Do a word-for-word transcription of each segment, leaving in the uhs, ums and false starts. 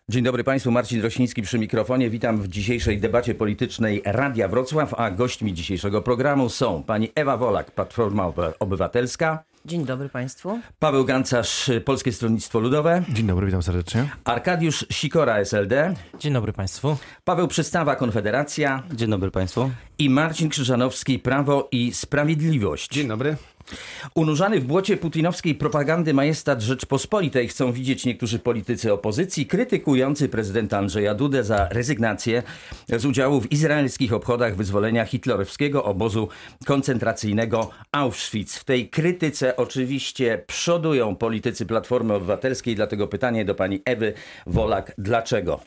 Dzień dobry Państwu, Marcin Rosiński przy mikrofonie. Witam w dzisiejszej debacie politycznej Radia Wrocław, a gośćmi dzisiejszego programu są pani Ewa Wolak, Platforma Obywatelska. Dzień dobry Państwu. Paweł Gancarz, Polskie Stronnictwo Ludowe. Dzień dobry, witam serdecznie. Arkadiusz Sikora, S L D. Dzień dobry Państwu. Paweł Przystawa, Konfederacja. Dzień dobry Państwu. I Marcin Krzyżanowski, Prawo i Sprawiedliwość. Dzień dobry. Unurzany w błocie putinowskiej propagandy majestat Rzeczpospolitej chcą widzieć niektórzy politycy opozycji, krytykujący prezydenta Andrzeja Dudę za rezygnację z udziału w izraelskich obchodach wyzwolenia hitlerowskiego obozu koncentracyjnego Auschwitz. W tej krytyce oczywiście przodują politycy Platformy Obywatelskiej, dlatego pytanie do pani Ewy Wolak, dlaczego?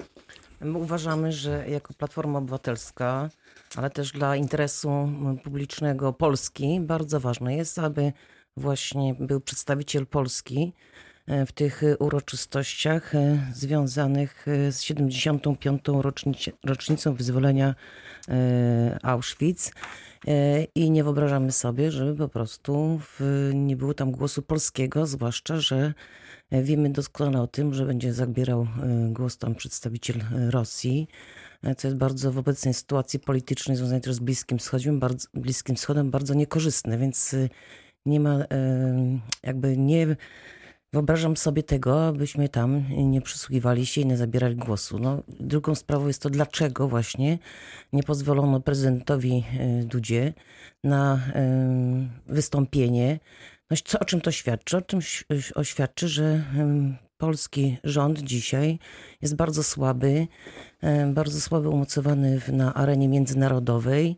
My uważamy, że jako Platforma Obywatelska, ale też dla interesu publicznego Polski bardzo ważne jest, aby właśnie był przedstawiciel Polski w tych uroczystościach związanych z siedemdziesiątą piątą rocznicą wyzwolenia Auschwitz. I nie wyobrażamy sobie, żeby po prostu nie było tam głosu polskiego, zwłaszcza, że wiemy doskonale o tym, że będzie zabierał głos tam przedstawiciel Rosji, co jest bardzo w obecnej sytuacji politycznej związanej też z Bliskim Wschodem, bardzo, Bliskim Wschodem bardzo niekorzystne, więc nie ma, jakby nie wyobrażam sobie tego, abyśmy tam nie przysłuchiwali się i nie zabierali głosu. No, drugą sprawą jest to, dlaczego właśnie nie pozwolono prezydentowi Dudzie na wystąpienie. No, co, o czym to świadczy? O tym oświadczy, że polski rząd dzisiaj jest bardzo słaby, bardzo słabo umocowany na arenie międzynarodowej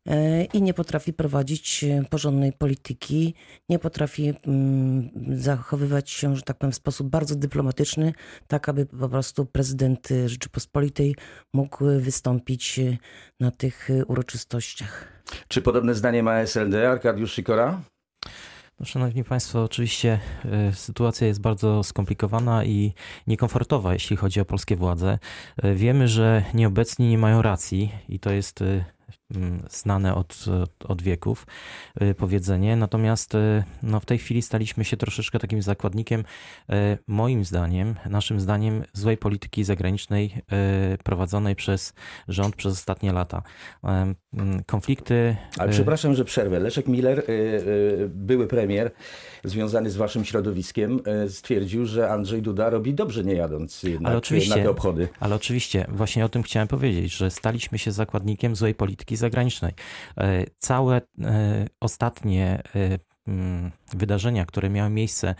i nie potrafi prowadzić porządnej polityki, nie potrafi zachowywać się, że tak powiem, w sposób bardzo dyplomatyczny, tak aby po prostu prezydent Rzeczypospolitej mógł wystąpić na tych uroczystościach. Czy podobne zdanie ma S L D, Arkadiusz Sikora? No, szanowni Państwo, oczywiście y, sytuacja jest bardzo skomplikowana i niekomfortowa, jeśli chodzi o polskie władze. Y, wiemy, że nieobecni nie mają racji i to jest y, znane od, od, od wieków y, powiedzenie. Natomiast y, no, w tej chwili staliśmy się troszeczkę takim zakładnikiem, y, moim zdaniem, naszym zdaniem, złej polityki zagranicznej y, prowadzonej przez rząd przez ostatnie lata. Y, y, konflikty... Ale y, przepraszam, że przerwę. Leszek Miller, y, y, były premier związany z waszym środowiskiem, y, stwierdził, że Andrzej Duda robi dobrze, nie jadąc jednak na te obchody. Ale oczywiście, właśnie o tym chciałem powiedzieć, że staliśmy się zakładnikiem złej polityki zagranicznej. Całe ostatnie wydarzenia, które miały miejsce,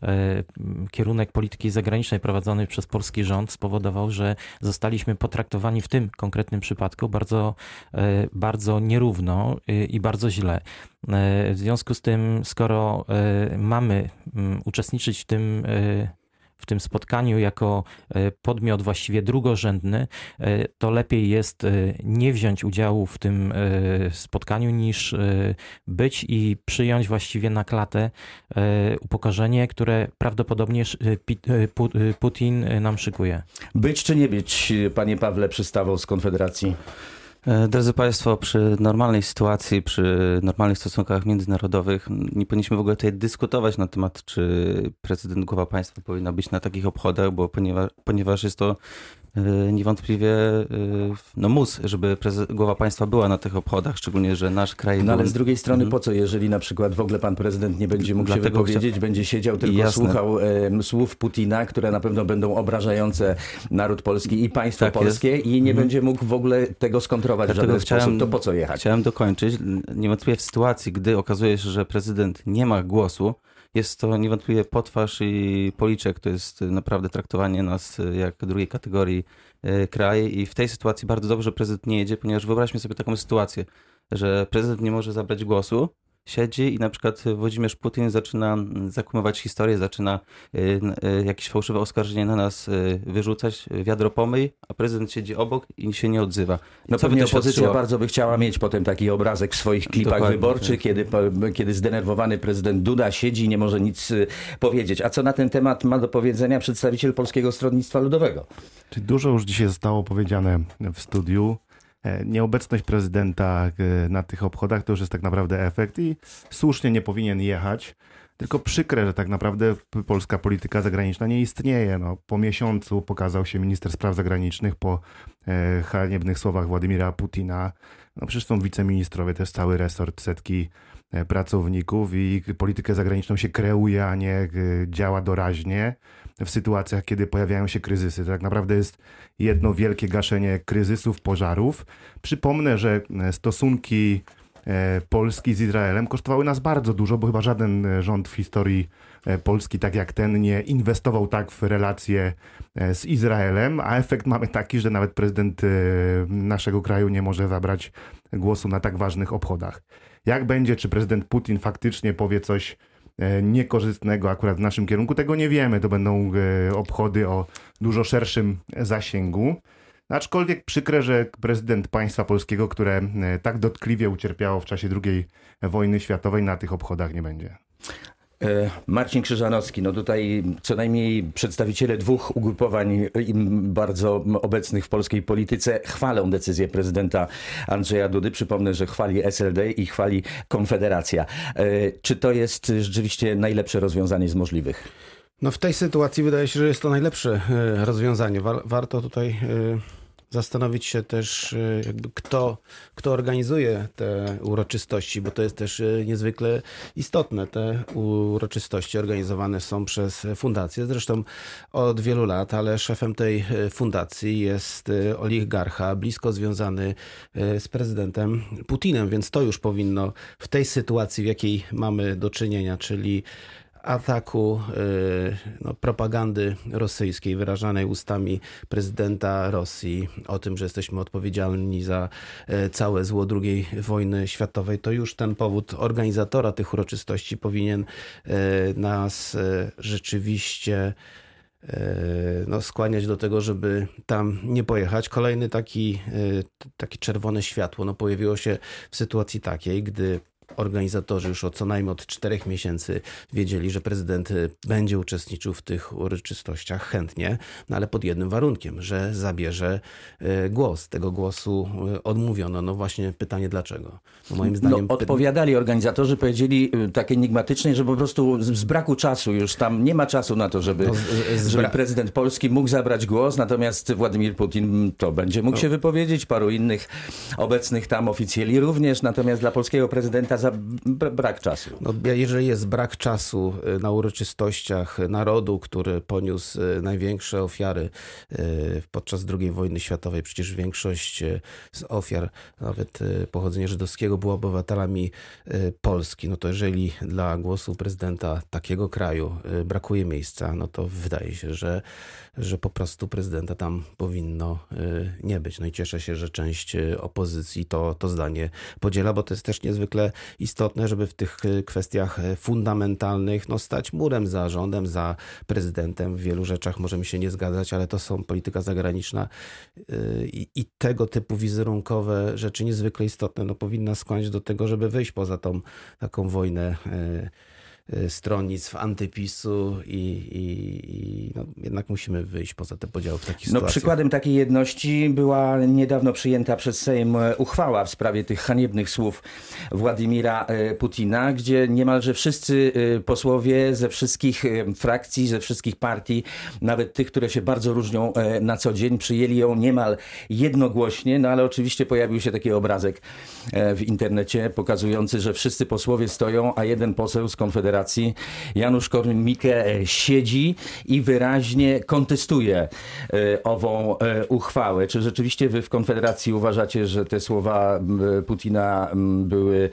kierunek polityki zagranicznej prowadzony przez polski rząd spowodował, że zostaliśmy potraktowani w tym konkretnym przypadku bardzo, bardzo nierówno i bardzo źle. W związku z tym, skoro mamy uczestniczyć w tym w tym spotkaniu jako podmiot właściwie drugorzędny, to lepiej jest nie wziąć udziału w tym spotkaniu niż być i przyjąć właściwie na klatę upokorzenie, które prawdopodobnie Putin nam szykuje. Być czy nie być, panie Pawle Przystawą z Konfederacji? Drodzy Państwo, przy normalnej sytuacji, przy normalnych stosunkach międzynarodowych nie powinniśmy w ogóle tutaj dyskutować na temat, czy prezydent, głowa państwa powinna być na takich obchodach, bo ponieważ, ponieważ jest to niewątpliwie no mus, żeby prezes, głowa państwa była na tych obchodach, szczególnie, że nasz kraj... No był... ale z drugiej strony po co, jeżeli na przykład w ogóle pan prezydent nie będzie mógł Dlatego się wypowiedzieć, chcia... będzie siedział, tylko Jasne. słuchał e, słów Putina, które na pewno będą obrażające naród polski i państwo tak polskie jest. i nie mhm. będzie mógł w ogóle tego skontrować Dlatego w żaden chciałem, sposób, to po co jechać? Chciałem dokończyć. Niewątpliwie w sytuacji, gdy okazuje się, że prezydent nie ma głosu, jest to niewątpliwie potwarz i policzek, to jest naprawdę traktowanie nas jak drugiej kategorii kraj i w tej sytuacji bardzo dobrze, że prezydent nie jedzie, ponieważ wyobraźmy sobie taką sytuację, że prezydent nie może zabrać głosu, siedzi i na przykład Włodzimierz Putin zaczyna zakłamywać historię, zaczyna y, y, jakieś fałszywe oskarżenie na nas y, wyrzucać, wiadro pomyj, a prezydent siedzi obok i się nie odzywa. I no pewnie opozycja świadczyło? bardzo by chciała mieć potem taki obrazek w swoich klipach Dokładnie, wyborczych, tak. kiedy, kiedy zdenerwowany prezydent Duda siedzi i nie może nic y, powiedzieć. A co na ten temat ma do powiedzenia przedstawiciel Polskiego Stronnictwa Ludowego? Czyli dużo już dzisiaj zostało powiedziane w studiu. Nieobecność prezydenta na tych obchodach to już jest tak naprawdę efekt i słusznie nie powinien jechać. Tylko przykre, że tak naprawdę p- polska polityka zagraniczna nie istnieje. No, po miesiącu pokazał się minister spraw zagranicznych po e, haniebnych słowach Władimira Putina. No przecież są wiceministrowie, to jest cały resort, setki e, pracowników i politykę zagraniczną się kreuje, a nie e, działa doraźnie w sytuacjach, kiedy pojawiają się kryzysy. To tak naprawdę jest jedno wielkie gaszenie kryzysów, pożarów. Przypomnę, że e, stosunki e, Polski z Izraelem kosztowały nas bardzo dużo, bo chyba żaden e, rząd w historii e, Polski, tak jak ten, nie inwestował tak w relacje e, z Izraelem, a efekt mamy taki, że nawet prezydent e, naszego kraju nie może zabrać głosu na tak ważnych obchodach. Jak będzie, czy prezydent Putin faktycznie powie coś e, niekorzystnego akurat w naszym kierunku, tego nie wiemy. To będą e, obchody o dużo szerszym zasięgu. Aczkolwiek przykre, że prezydent państwa polskiego, które e, tak dotkliwie ucierpiało w czasie drugiej wojny światowej, na tych obchodach nie będzie. E, Marcin Krzyżanowski, no tutaj co najmniej przedstawiciele dwóch ugrupowań im bardzo obecnych w polskiej polityce chwalą decyzję prezydenta Andrzeja Dudy. Przypomnę, że chwali S L D i chwali Konfederacja. E, Czy to jest rzeczywiście najlepsze rozwiązanie z możliwych? No w tej sytuacji wydaje się, że jest to najlepsze e, rozwiązanie. Wa- Warto tutaj e, zastanowić się też, e, jakby kto, kto organizuje te uroczystości, bo to jest też e, niezwykle istotne. Te uroczystości organizowane są przez fundację, zresztą od wielu lat, ale szefem tej e, fundacji jest e, oligarcha blisko związany e, z prezydentem Putinem, więc to już powinno w tej sytuacji, w jakiej mamy do czynienia, czyli ataku no, propagandy rosyjskiej wyrażanej ustami prezydenta Rosji o tym, że jesteśmy odpowiedzialni za całe zło drugiej wojny światowej, to już ten powód organizatora tych uroczystości powinien nas rzeczywiście no, skłaniać do tego, żeby tam nie pojechać. Kolejny taki, takie czerwone światło no, pojawiło się w sytuacji takiej, gdy organizatorzy już od co najmniej od czterech miesięcy wiedzieli, że prezydent będzie uczestniczył w tych uroczystościach chętnie, no ale pod jednym warunkiem, że zabierze głos. Tego głosu odmówiono. No właśnie pytanie dlaczego? No moim zdaniem... No, odpowiadali organizatorzy, powiedzieli tak enigmatycznie, że po prostu z braku czasu już tam nie ma czasu na to, żeby, No, z, z żeby bra... prezydent Polski mógł zabrać głos, natomiast Władimir Putin to będzie mógł no. się wypowiedzieć, paru innych obecnych tam oficjeli również, natomiast dla polskiego prezydenta za brak czasu. No, jeżeli jest brak czasu na uroczystościach narodu, który poniósł największe ofiary podczas drugiej wojny światowej, przecież większość z ofiar, nawet pochodzenia żydowskiego, była obywatelami Polski, no to jeżeli dla głosu prezydenta takiego kraju brakuje miejsca, no to wydaje się, że, że po prostu prezydenta tam powinno nie być. No i cieszę się, że część opozycji to, to zdanie podziela, bo to jest też niezwykle istotne, żeby w tych kwestiach fundamentalnych no, stać murem za rządem, za prezydentem. W wielu rzeczach możemy się nie zgadzać, ale to są polityka zagraniczna i, i tego typu wizerunkowe rzeczy niezwykle istotne no, powinna skłaniać do tego, żeby wyjść poza tą taką wojnę stronnictw antypisu i, i, i no, jednak musimy wyjść poza te podziały w takich no, sytuacjach. Przykładem takiej jedności była niedawno przyjęta przez Sejm uchwała w sprawie tych haniebnych słów Władimira Putina, gdzie niemalże wszyscy posłowie ze wszystkich frakcji, ze wszystkich partii, nawet tych, które się bardzo różnią na co dzień, przyjęli ją niemal jednogłośnie, no ale oczywiście pojawił się taki obrazek w internecie pokazujący, że wszyscy posłowie stoją, a jeden poseł z Konfederacji, Janusz Korwin-Mikke, siedzi i wyraźnie kontestuje ową uchwałę. Czy rzeczywiście wy w Konfederacji uważacie, że te słowa Putina były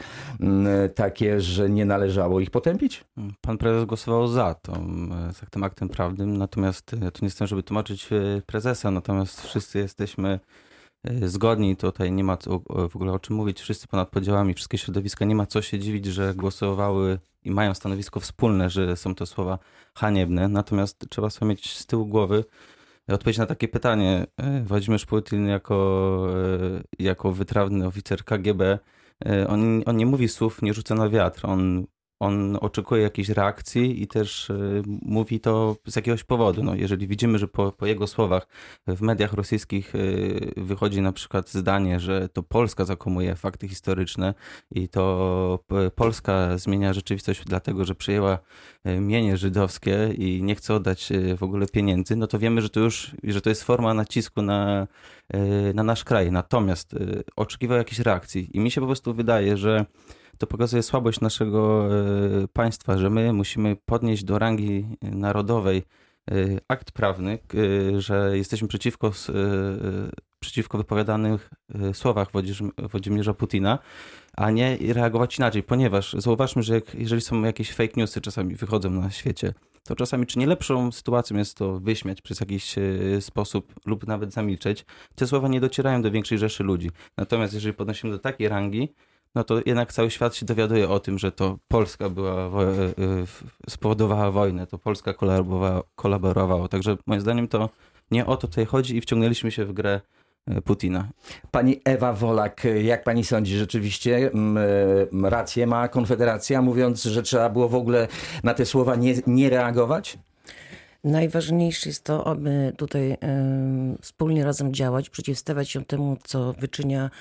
takie, że nie należało ich potępić? Pan prezes głosował za, to, za tym aktem prawnym, natomiast ja tu nie jestem, żeby tłumaczyć prezesa, natomiast wszyscy jesteśmy zgodni, tutaj nie ma w ogóle o czym mówić, wszyscy ponad podziałami, wszystkie środowiska, nie ma co się dziwić, że głosowały i mają stanowisko wspólne, że są to słowa haniebne, natomiast trzeba sobie mieć z tyłu głowy odpowiedź na takie pytanie. Władimir Putin jako, jako wytrawny oficer K G B, on, on nie mówi słów, nie rzuca na wiatr, on on oczekuje jakiejś reakcji i też mówi to z jakiegoś powodu. No, jeżeli widzimy, że po, po jego słowach w mediach rosyjskich wychodzi na przykład zdanie, że to Polska zakłamuje fakty historyczne i to Polska zmienia rzeczywistość dlatego, że przyjęła mienie żydowskie i nie chce oddać w ogóle pieniędzy, no to wiemy, że to już, że to jest forma nacisku na, na nasz kraj. Natomiast oczekiwał jakiejś reakcji i mi się po prostu wydaje, że to pokazuje słabość naszego państwa, że my musimy podnieść do rangi narodowej akt prawny, że jesteśmy przeciwko, przeciwko wypowiadanych słowach Włodzimierza Putina, a nie reagować inaczej, ponieważ zauważmy, że jak, jeżeli są jakieś fake newsy czasami wychodzą na świecie, to czasami czy nie lepszą sytuacją jest to wyśmiać przez jakiś sposób lub nawet zamilczeć, te słowa nie docierają do większej rzeszy ludzi. Natomiast jeżeli podnosimy do takiej rangi, no to jednak cały świat się dowiaduje o tym, że to Polska była, spowodowała wojnę, to Polska kolaborowała, kolaborowała. Także moim zdaniem to nie o to tutaj chodzi i wciągnęliśmy się w grę Putina. Pani Ewa Wolak, jak pani sądzi, rzeczywiście m, rację ma Konfederacja, mówiąc, że trzeba było w ogóle na te słowa nie, nie reagować? Najważniejsze jest to, aby tutaj y, wspólnie razem działać, przeciwstawiać się temu, co wyczynia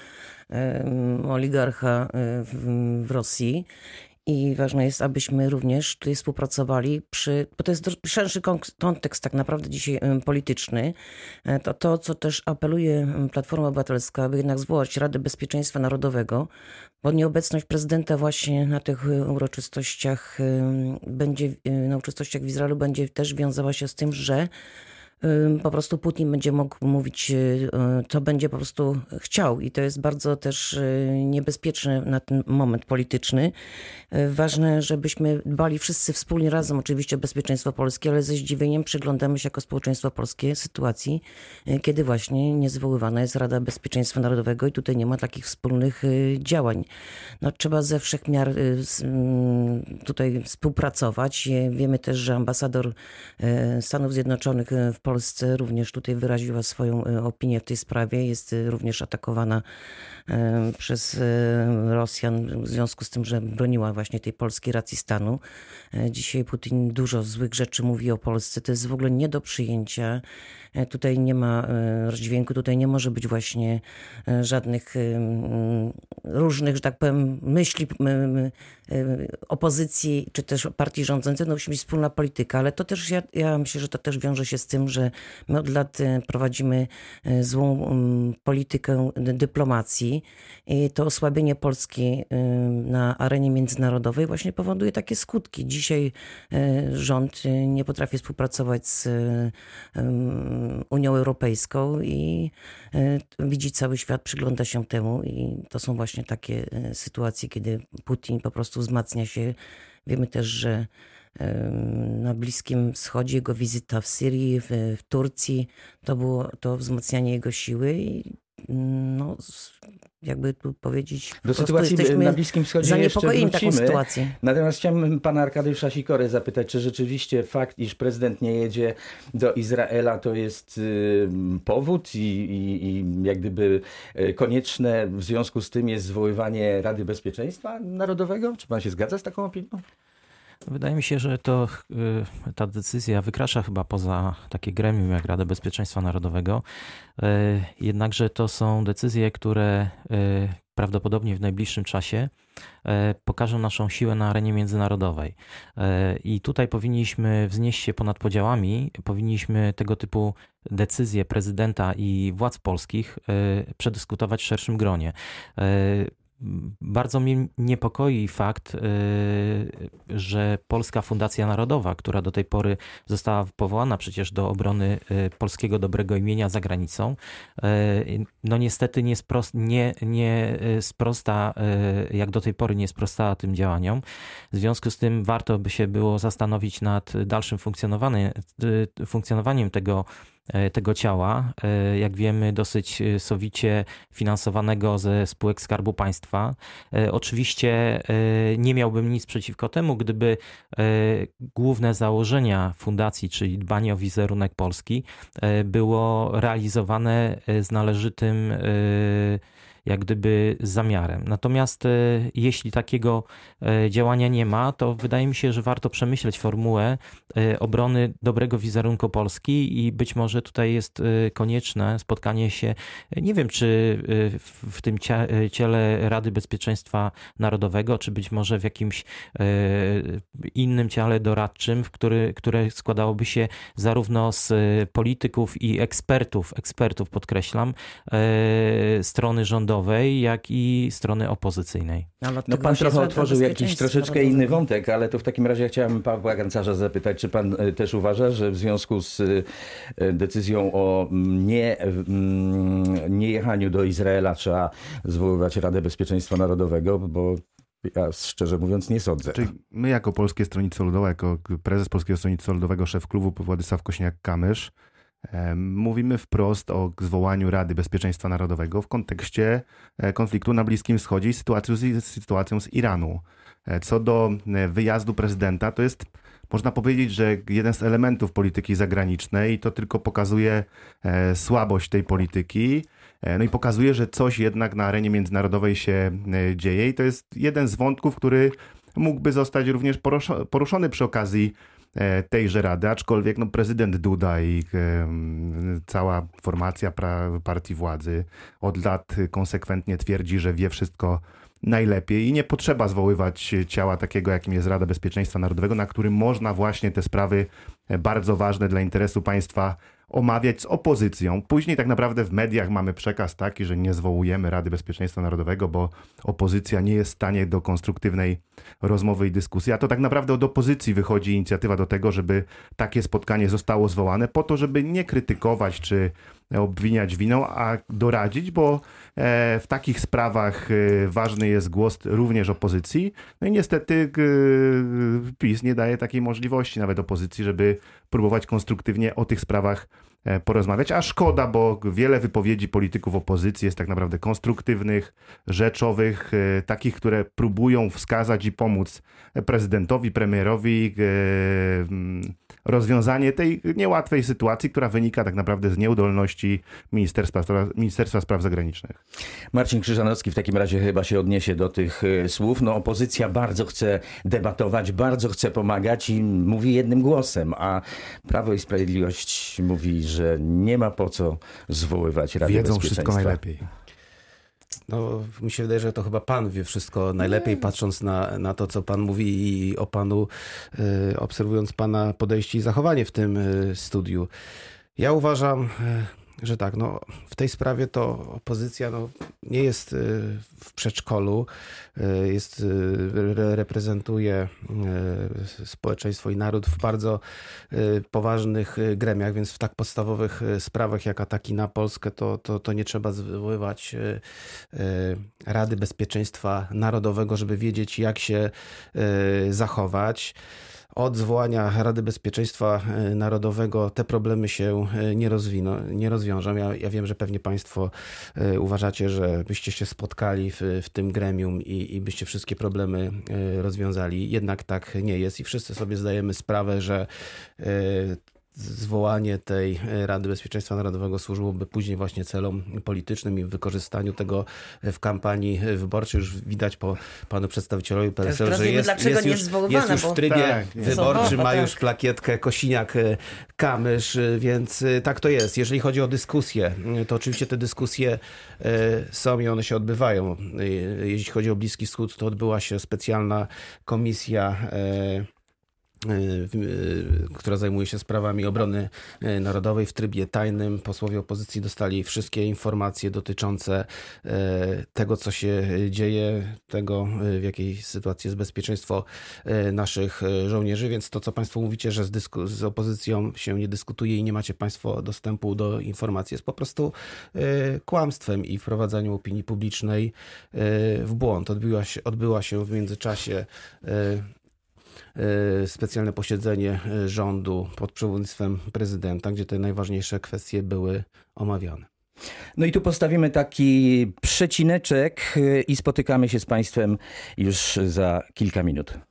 y, oligarcha y, w, w Rosji. I ważne jest, abyśmy również tutaj współpracowali przy, bo to jest szerszy kontekst tak naprawdę dzisiaj polityczny. To to, co też apeluje Platforma Obywatelska, aby jednak zwołać Radę Bezpieczeństwa Narodowego, bo nieobecność prezydenta właśnie na tych uroczystościach będzie, na uroczystościach w Izraelu będzie też wiązała się z tym, że po prostu Putin będzie mógł mówić, co będzie po prostu chciał i to jest bardzo też niebezpieczne na ten moment polityczny. Ważne, żebyśmy dbali wszyscy wspólnie razem oczywiście o bezpieczeństwo polskie, ale ze zdziwieniem przyglądamy się jako społeczeństwo polskie sytuacji, kiedy właśnie niezwoływana jest Rada Bezpieczeństwa Narodowego i tutaj nie ma takich wspólnych działań. No, trzeba ze wszech miar tutaj współpracować. Wiemy też, że ambasador Stanów Zjednoczonych w Polsce również tutaj wyraziła swoją opinię w tej sprawie. Jest również atakowana przez Rosjan w związku z tym, że broniła właśnie tej polskiej racji stanu. Dzisiaj Putin dużo złych rzeczy mówi o Polsce. To jest w ogóle nie do przyjęcia. Tutaj nie ma rozdźwięku, tutaj nie może być właśnie żadnych różnych, że tak powiem, myśli opozycji, czy też partii rządzącej. No musi być wspólna polityka, ale to też, ja, ja myślę, że to też wiąże się z tym, że my od lat prowadzimy złą politykę dyplomacji i to osłabienie Polski na arenie międzynarodowej właśnie powoduje takie skutki. Dzisiaj rząd nie potrafi współpracować z Unią Europejską i widzi cały świat, przygląda się temu i to są właśnie takie sytuacje, kiedy Putin po prostu wzmacnia się. Wiemy też, że na Bliskim Wschodzie jego wizyta w Syrii, w, w Turcji, to było to wzmacnianie jego siły i no, jakby tu powiedzieć, do sytuacji na Bliskim Wschodzie jeszcze wrócimy. Taką sytuację. Natomiast chciałem pana Arkadiusza Sikory zapytać, czy rzeczywiście fakt, iż prezydent nie jedzie do Izraela, to jest y, powód i, i, i jak gdyby konieczne w związku z tym jest zwoływanie Rady Bezpieczeństwa Narodowego? Czy pan się zgadza z taką opinią? Wydaje mi się, że to ta decyzja wykracza chyba poza takie gremium jak Rada Bezpieczeństwa Narodowego. Jednakże to są decyzje, które prawdopodobnie w najbliższym czasie pokażą naszą siłę na arenie międzynarodowej. I tutaj powinniśmy wznieść się ponad podziałami, powinniśmy tego typu decyzje prezydenta i władz polskich przedyskutować w szerszym gronie. Bardzo mnie niepokoi fakt, że Polska Fundacja Narodowa, która do tej pory została powołana przecież do obrony polskiego dobrego imienia za granicą, no niestety nie, sprost, nie, nie sprosta, jak do tej pory nie sprostała tym działaniom. W związku z tym warto by się było zastanowić nad dalszym funkcjonowaniem, funkcjonowaniem tego tego ciała, jak wiemy, dosyć sowicie finansowanego ze spółek Skarbu Państwa. Oczywiście nie miałbym nic przeciwko temu, gdyby główne założenia fundacji, czyli dbanie o wizerunek Polski, było realizowane z należytym jak gdyby zamiarem. Natomiast jeśli takiego działania nie ma, to wydaje mi się, że warto przemyśleć formułę obrony dobrego wizerunku Polski i być może tutaj jest konieczne spotkanie się, nie wiem czy w tym ciele Rady Bezpieczeństwa Narodowego, czy być może w jakimś innym ciele doradczym, w który, które składałoby się zarówno z polityków i ekspertów, ekspertów podkreślam, strony rządowej, jak i strony opozycyjnej. No pan trochę otworzył jakiś troszeczkę inny wątek, ale to w takim razie chciałem Pawła Gancarza zapytać, czy pan też uważa, że w związku z decyzją o nie, nie jechaniu do Izraela trzeba zwoływać Radę Bezpieczeństwa Narodowego, bo ja szczerze mówiąc nie sądzę. Czyli my jako Polskie Stronnictwo Ludowe, jako prezes Polskiego Stronnictwa Ludowego, szef klubu Władysław Kosiniak-Kamysz, mówimy wprost o zwołaniu Rady Bezpieczeństwa Narodowego w kontekście konfliktu na Bliskim Wschodzie i sytuacji z, sytuacją z Iranu. Co do wyjazdu prezydenta, to jest, można powiedzieć, że jeden z elementów polityki zagranicznej i to tylko pokazuje słabość tej polityki. No i pokazuje, że coś jednak na arenie międzynarodowej się dzieje i to jest jeden z wątków, który mógłby zostać również poruszony przy okazji tejże Rady, aczkolwiek no, prezydent Duda i e, cała formacja pra, partii władzy od lat konsekwentnie twierdzi, że wie wszystko najlepiej i nie potrzeba zwoływać ciała takiego, jakim jest Rada Bezpieczeństwa Narodowego, na którym można właśnie te sprawy bardzo ważne dla interesu państwa omawiać z opozycją. Później tak naprawdę w mediach mamy przekaz taki, że nie zwołujemy Rady Bezpieczeństwa Narodowego, bo opozycja nie jest w stanie do konstruktywnej rozmowy i dyskusji. A to tak naprawdę od opozycji wychodzi inicjatywa do tego, żeby takie spotkanie zostało zwołane po to, żeby nie krytykować czy obwiniać winą, a doradzić, bo w takich sprawach ważny jest głos również opozycji. No i niestety PiS nie daje takiej możliwości nawet opozycji, żeby próbować konstruktywnie o tych sprawach porozmawiać, a szkoda, bo wiele wypowiedzi polityków opozycji jest tak naprawdę konstruktywnych, rzeczowych, takich, które próbują wskazać i pomóc prezydentowi, premierowi rozwiązanie tej niełatwej sytuacji, która wynika tak naprawdę z nieudolności Ministerstwa, Ministerstwa Spraw Zagranicznych. Marcin Krzyżanowski w takim razie chyba się odniesie do tych słów. No opozycja bardzo chce debatować, bardzo chce pomagać i mówi jednym głosem, a Prawo i Sprawiedliwość mówi, że nie ma po co zwoływać Rady Wiedzą Bezpieczeństwa. wszystko najlepiej. No, mi się wydaje, że to chyba pan wie wszystko najlepiej, patrząc na, na to, co pan mówi i o panu, y, obserwując pana podejście i zachowanie w tym y, studiu. Ja uważam, y, że tak, no, w tej sprawie to opozycja no, nie jest y, w przedszkolu, y, jest, y, reprezentuje y, społeczeństwo i naród w bardzo y, poważnych gremiach, więc w tak podstawowych sprawach jak ataki na Polskę, to, to, to nie trzeba zwoływać y, y, Rady Bezpieczeństwa Narodowego, żeby wiedzieć, jak się y, zachować. Od zwołania Rady Bezpieczeństwa Narodowego te problemy się nie, rozwiną, nie rozwiążą. Ja, ja wiem, że pewnie państwo uważacie, że byście się spotkali w, w tym gremium i, i byście wszystkie problemy rozwiązali. Jednak tak nie jest i wszyscy sobie zdajemy sprawę, że zwołanie tej Rady Bezpieczeństwa Narodowego służyłoby później właśnie celom politycznym i wykorzystaniu tego w kampanii wyborczej. Już widać po panu przedstawicielowi P S L, że jest, jest, już, jest już w trybie tak, wyborczym, ma już plakietkę Kosiniak-Kamysz, więc tak to jest. Jeżeli chodzi o dyskusje, to oczywiście te dyskusje są i one się odbywają. Jeśli chodzi o Bliski Wschód, to odbyła się specjalna komisja, która zajmuje się sprawami obrony narodowej w trybie tajnym. Posłowie opozycji dostali wszystkie informacje dotyczące tego, co się dzieje, tego, w jakiej sytuacji jest bezpieczeństwo naszych żołnierzy, więc to, co państwo mówicie, że z, dysku- z opozycją się nie dyskutuje i nie macie państwo dostępu do informacji, jest po prostu kłamstwem i wprowadzaniem opinii publicznej w błąd. Odbyła się, odbyła się w międzyczasie specjalne posiedzenie rządu pod przewodnictwem prezydenta, gdzie te najważniejsze kwestie były omawiane. No i tu postawimy taki przecineczek i spotykamy się z państwem już za kilka minut.